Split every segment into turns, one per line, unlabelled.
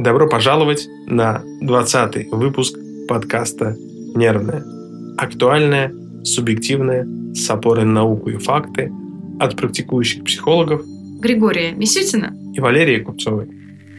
Добро пожаловать на 20-й выпуск подкаста «Нервное». Актуальное, субъективное, с опорой на науку и факты от практикующих психологов
Григория Мисютина
и Валерии Купцовой.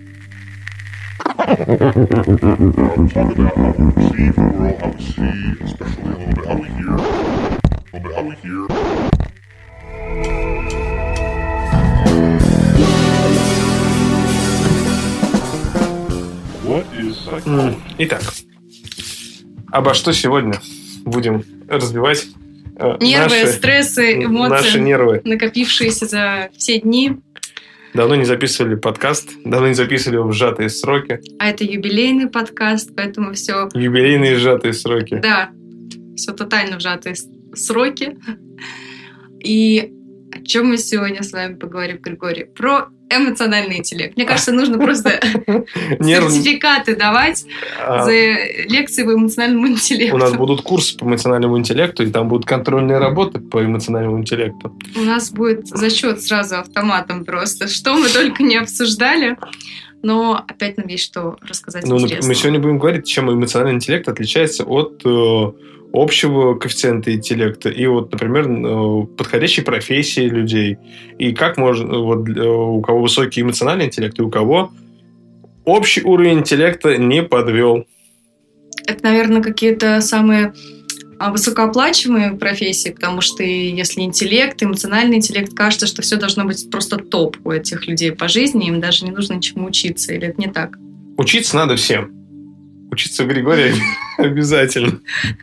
Итак, обо что сегодня будем разбивать
нервы, стрессы, эмоции,
наши нервы,
накопившиеся за все дни.
Давно не записывали подкаст, давно не записывали его в сжатые сроки.
А это юбилейный подкаст, поэтому все...
Юбилейные сжатые сроки.
Да, все тотально в сжатые сроки. И о чем мы сегодня с вами поговорим, Григорий? Про эмоциональный интеллект. Мне кажется, нужно просто сертификаты давать за лекции по эмоциональному интеллекту.
У нас будут курсы по эмоциональному интеллекту, и там будут контрольные работы по эмоциональному интеллекту.
У нас будет зачет сразу автоматом просто. Что мы только не обсуждали. Но опять нам есть что рассказать интересного.
Мы сегодня будем говорить, чем эмоциональный интеллект отличается от общего коэффициента интеллекта и вот, например, подходящей профессии людей. И как можно, вот, у кого высокий эмоциональный интеллект и у кого общий уровень интеллекта не подвел.
Это, наверное, какие-то самые высокооплачиваемые профессии, потому что если интеллект, эмоциональный интеллект, кажется, что все должно быть просто топ у этих людей по жизни, им даже не нужно ничему учиться, или это не так?
Учиться надо всем. Учиться у Григория обязательно.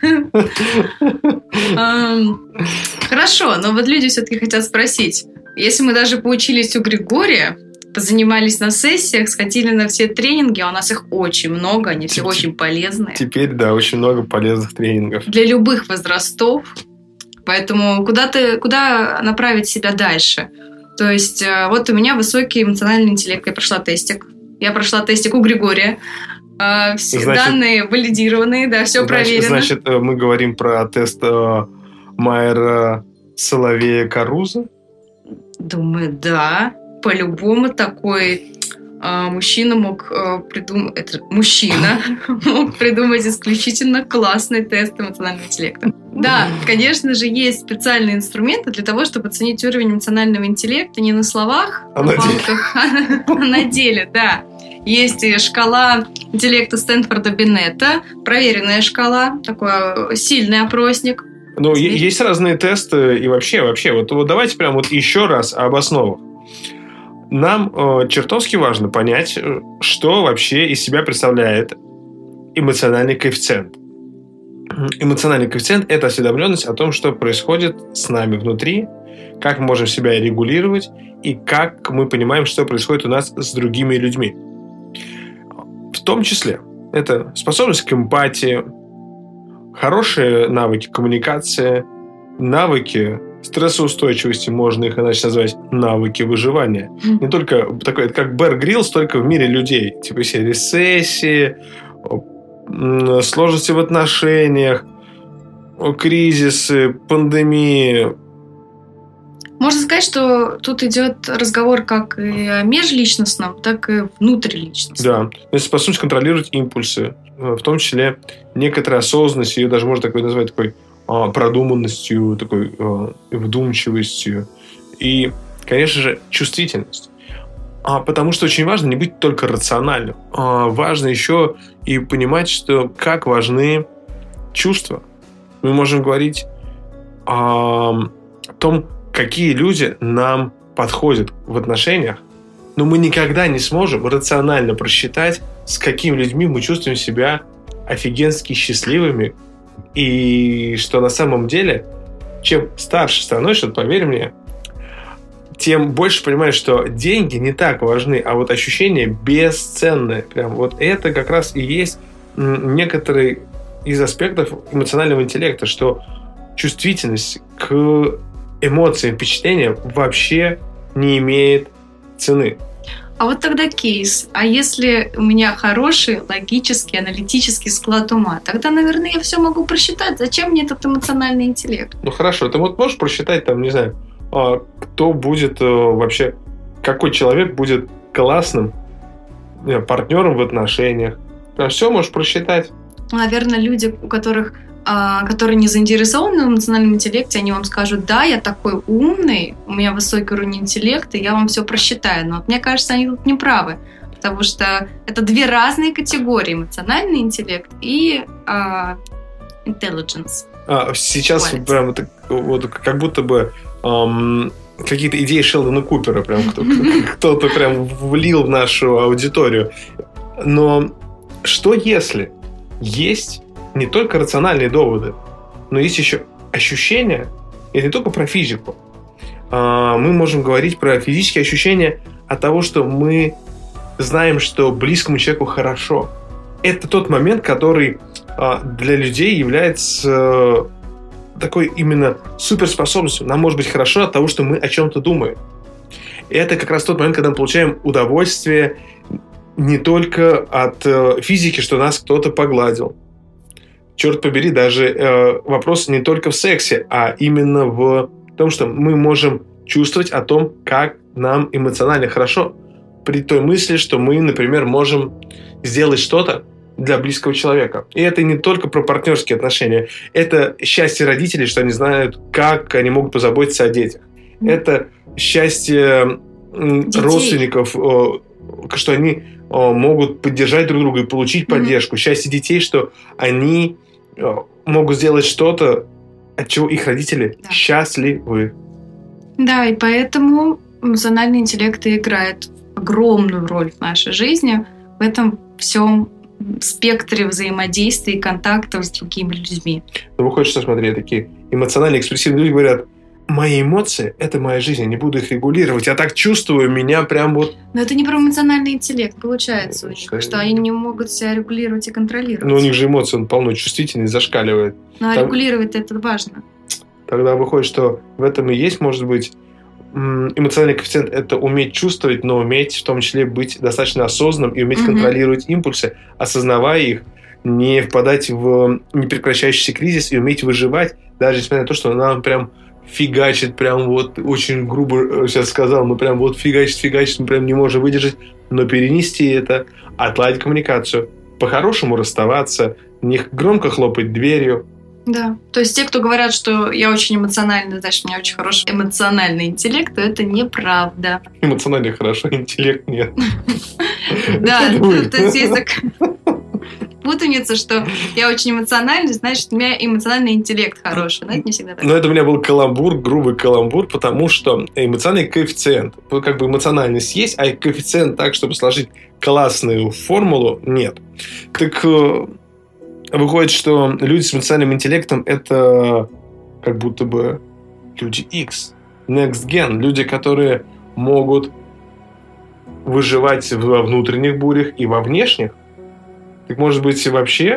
Хорошо, но вот люди все-таки хотят спросить. Если мы даже поучились у Григория, позанимались на сессиях, сходили на все тренинги, а у нас их очень много, они все очень полезные.
Теперь, да, очень много полезных тренингов.
Для любых возрастов. Поэтому куда направить себя дальше? То есть вот у меня высокий эмоциональный интеллект. Я прошла тестик у Григория. Все данные валидированные, да, все проверено.
Значит, мы говорим про тест Майера Соловея-Каруза?
Думаю, да. По-любому такой мужчина мог придумать... Мужчина мог придумать исключительно классный тест эмоционального интеллекта. Да, конечно же, есть специальные инструменты для того, чтобы оценить уровень эмоционального интеллекта не на словах, на палках, а на деле, да. Есть и шкала интеллекта Стэнфорда-Бинетта, проверенная шкала, такой сильный опросник.
Ну, есть разные тесты, и вообще, вот давайте прям вот еще раз об основах. Нам чертовски важно понять, что вообще из себя представляет эмоциональный коэффициент. Эмоциональный коэффициент – это осведомленность о том, что происходит с нами внутри, как мы можем себя регулировать и как мы понимаем, что происходит у нас с другими людьми. В том числе это способность к эмпатии, хорошие навыки коммуникации, навыки стрессоустойчивости, можно их иначе назвать навыки выживания. Не только такое, это как Бэр Гриллс, только в мире людей. Типа все рецессии, сложности в отношениях, кризисы, пандемии.
Можно сказать, что тут идет разговор как и о межличностном, так и внутриличностном. Да,
то есть способность контролировать импульсы, в том числе некоторая осознанность, ее даже можно такой назвать такой продуманностью, такой вдумчивостью и, конечно же, чувствительность. Потому что очень важно не быть только рациональным. Важно еще и понимать, что как важны чувства. Мы можем говорить о том, какие люди нам подходят в отношениях, но мы никогда не сможем рационально просчитать, с какими людьми мы чувствуем себя офигенски счастливыми, и что на самом деле, чем старше становишься, поверь мне, тем больше понимаешь, что деньги не так важны, а вот ощущения бесценные. Прям вот это как раз и есть некоторые из аспектов эмоционального интеллекта, что чувствительность к эмоциям, впечатлениям вообще не имеет цены.
А вот тогда кейс. А если у меня хороший логический, аналитический склад ума, тогда, наверное, я все могу просчитать. Зачем мне этот эмоциональный интеллект?
Ну хорошо, ты вот можешь просчитать, там, не знаю, кто будет вообще, какой человек будет классным партнером в отношениях. Все можешь просчитать.
Наверное, люди, которые не заинтересованы в эмоциональном интеллекте, они вам скажут: да, я такой умный, у меня высокий уровень интеллекта, я вам все просчитаю. Но вот мне кажется, они тут не правы, потому что это две разные категории: эмоциональный интеллект и intelligence.
Сейчас прям это, вот, как будто бы какие-то идеи Шелдона Купера прям кто-то прям влил в нашу аудиторию. Но что если есть не только рациональные доводы, но есть еще ощущения, и не только про физику. Мы можем говорить про физические ощущения от того, что мы знаем, что близкому человеку хорошо. Это тот момент, который для людей является такой именно суперспособностью. Нам может быть хорошо от того, что мы о чем-то думаем. И это как раз тот момент, когда мы получаем удовольствие не только от физики, что нас кто-то погладил. Черт побери, даже вопрос не только в сексе, а именно в том, что мы можем чувствовать о том, как нам эмоционально хорошо, при той мысли, что мы, например, можем сделать что-то для близкого человека. И это не только про партнерские отношения. Это счастье родителей, что они знают, как они могут позаботиться о детях. Это счастье родственников, что они могут поддержать друг друга и получить поддержку. Счастье детей, что они могут сделать что-то, от чего их родители счастливы.
Да, и поэтому эмоциональный интеллект играет огромную роль в нашей жизни, в этом всем спектре взаимодействия и контактов с другими людьми.
Ну, выходит, что, смотри, такие эмоционально экспрессивные люди говорят: мои эмоции – это моя жизнь, я не буду их регулировать. Я так чувствую, меня прям вот...
Но это не про эмоциональный интеллект, получается у них, что они не могут себя регулировать и контролировать.
Но у них же эмоции, он полно чувствительный, зашкаливает.
Ну, а регулировать это важно.
Тогда выходит, что в этом и есть, может быть, эмоциональный коэффициент – это уметь чувствовать, но уметь в том числе быть достаточно осознанным и уметь контролировать импульсы, осознавая их, не впадать в непрекращающийся кризис и уметь выживать, даже несмотря на то, что нам прям фигачит, прям вот очень грубо сейчас сказал, мы прям вот фигачит, мы прям не можем выдержать, но перенести это, отладить коммуникацию, по-хорошему расставаться, не громко хлопать дверью.
Да, то есть те, кто говорят, что я очень эмоциональный, значит, у меня очень хороший эмоциональный интеллект, то это неправда.
Эмоционально хорошо, интеллект нет.
Да, то есть есть такая путаница, что я очень эмоциональный, значит, у меня эмоциональный интеллект хороший. Но это не всегда так.
Но это у меня был каламбур, грубый каламбур, потому что эмоциональный коэффициент, как бы эмоциональность есть, а коэффициент так, чтобы сложить классную формулу, нет. Так выходит, что люди с эмоциональным интеллектом – это как будто бы люди X, Next Gen, люди, которые могут выживать во внутренних бурях и во внешних. Так, может быть, вообще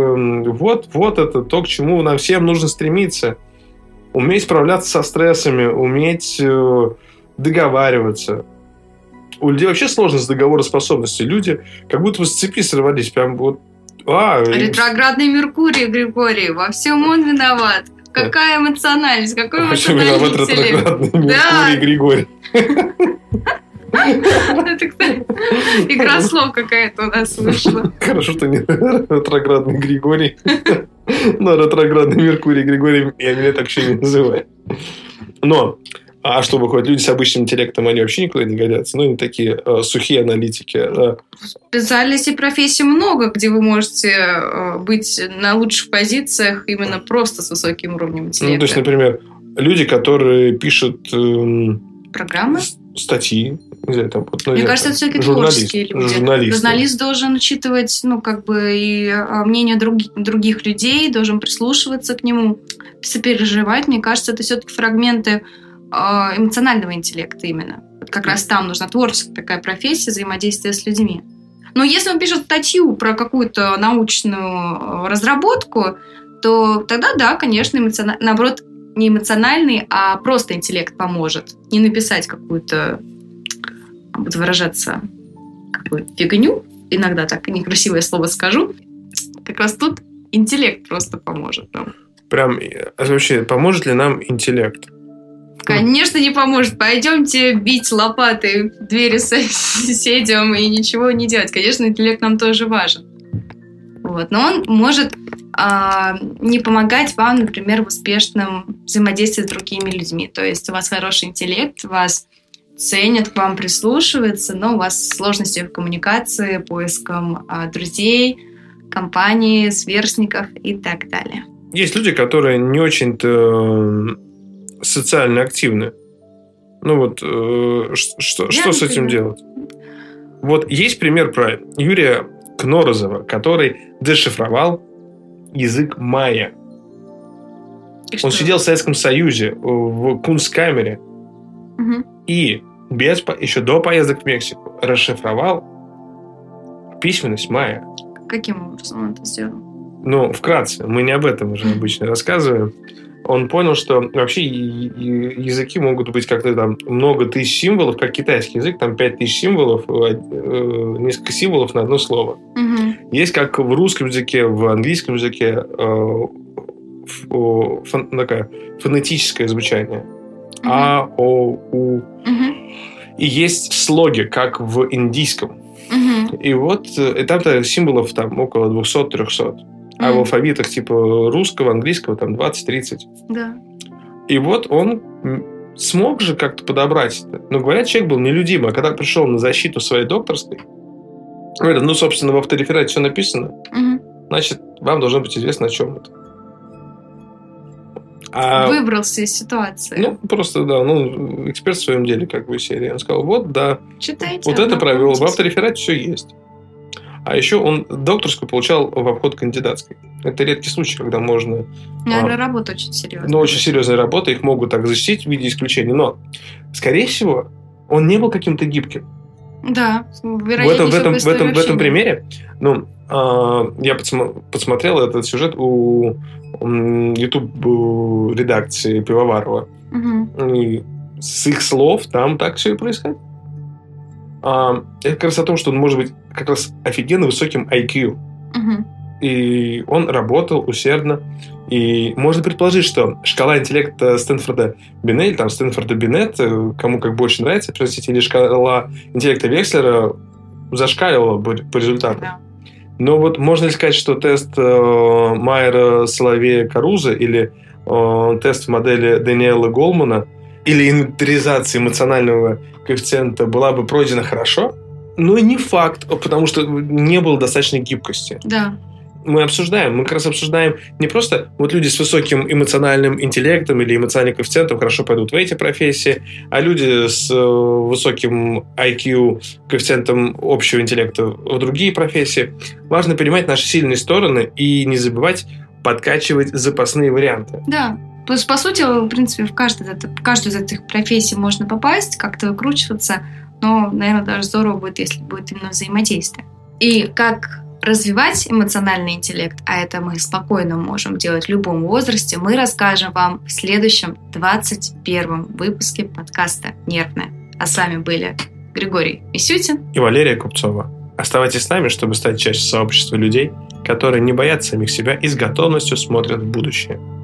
вот это то, к чему нам всем нужно стремиться. Уметь справляться со стрессами, уметь договариваться. У людей вообще сложно с договороспособностью. Люди как будто бы с цепи сорвались. Прям вот...
Ретроградный Меркурий, Григорий, во всем он виноват. Какая эмоциональность, какой эмоциональный интеллект.
Ретроградный Меркурий, Григорий.
Это, кстати, игра слов какая-то у нас вышла.
Хорошо, что не ретроградный Григорий. Но ретроградный Меркурий, Григорий, я меня так еще не называю. Но, а что выходит? Люди с обычным интеллектом, они вообще никуда не годятся. Ну, они такие сухие аналитики.
Специальностей и профессий много, где вы можете быть на лучших позициях именно просто с высоким уровнем интеллекта.
Ну, то есть, например, люди, которые пишут...
программы?
Статьи. Не знаю, там, вот,
мне кажется, это все-таки творческие люди. Журналист должен учитывать, и мнение других людей, должен прислушиваться к нему, сопереживать. Мне кажется, это все-таки фрагменты эмоционального интеллекта именно. Вот как раз там нужна творческая такая профессия, взаимодействие с людьми. Но если он пишет статью про какую-то научную разработку, то тогда, да, конечно, наоборот, не эмоциональный, а просто интеллект поможет. Не написать какую-то, буду выражаться, какую-то фигню, иногда так некрасивое слово скажу, как раз тут интеллект просто поможет нам.
Прям, вообще, поможет ли нам интеллект?
Конечно, не поможет. Пойдемте бить лопатой в двери соседям и ничего не делать. Конечно, интеллект нам тоже важен. Вот. Но он может не помогать вам, например, в успешном взаимодействии с другими людьми. То есть у вас хороший интеллект, вас ценят, к вам прислушиваются, но у вас сложности в коммуникации, поиском друзей, компании, сверстников и так далее.
Есть люди, которые не очень-то социально активны. Ну вот, что с этим делать? Вот есть пример про Юрия Кнорозова, который дешифровал язык майя. Он сидел в Советском Союзе, в Кунсткамере, и еще до поездок в Мексику расшифровал письменность майя.
Каким образом он это сделал?
Ну, вкратце, мы не об этом уже обычно рассказываем. Он понял, что вообще языки могут быть как-то там много тысяч символов, как китайский язык, там 5000 символов, несколько символов на одно слово. Есть как в русском языке, в английском языке такое фонетическое звучание. А, О, У. И есть слоги, как в индийском. И вот и там-то символов там около 200-300. А в алфавитах типа русского, английского там 20-30.
Да.
И вот он смог же как-то подобрать это. Но, говорят, человек был нелюдим. А когда пришел на защиту своей докторской, говорят, ну, собственно, в автореферате все написано. Значит, вам должно быть известно, о чем это.
Выбрался из ситуации.
Ну, просто, да, эксперт в своем деле, как бы, серии. Он сказал, вот, да,
читайте,
вот это провел, в автореферате все есть. А еще он докторскую получал в обход кандидатской. Это редкий случай, когда можно...
Наверное, работа очень серьезная.
Ну, очень серьезная работа, их могут так защитить в виде исключения. Но, скорее всего, он не был каким-то гибким.
Да,
вероятнее в этом примере, я подсмотрел этот сюжет у YouTube-редакции Пивоварова. И с их слов там так все и происходит. Это как раз о том, что он может быть как раз офигенно высоким IQ. И он работал усердно. И можно предположить, что шкала интеллекта Стэнфорда Бинет, там Стэнфорда Бинет, кому как больше нравится, простите, или шкала интеллекта Векслера зашкаливала по результатам. Да. Но вот можно ли сказать, что тест Майера, Соловея, Каруза или тест в модели Дэниела Голмана или инвентаризация эмоционального коэффициента была бы пройдена хорошо? Но не факт, потому что не было достаточной гибкости.
Да.
Мы как раз обсуждаем не просто вот люди с высоким эмоциональным интеллектом или эмоциональным коэффициентом хорошо пойдут в эти профессии, а люди с высоким IQ, коэффициентом общего интеллекта в другие профессии. Важно понимать наши сильные стороны и не забывать подкачивать запасные варианты.
Да. То есть, по сути, в принципе, в каждую из этих профессий можно попасть, как-то выкручиваться, но, наверное, даже здорово будет, если будет именно взаимодействие. И как развивать эмоциональный интеллект, а это мы спокойно можем делать в любом возрасте, мы расскажем вам в следующем 21-м выпуске подкаста «Нервная». А с вами были Григорий Мисютин
и Валерия Купцова. Оставайтесь с нами, чтобы стать частью сообщества людей, которые не боятся самих себя и с готовностью смотрят в будущее.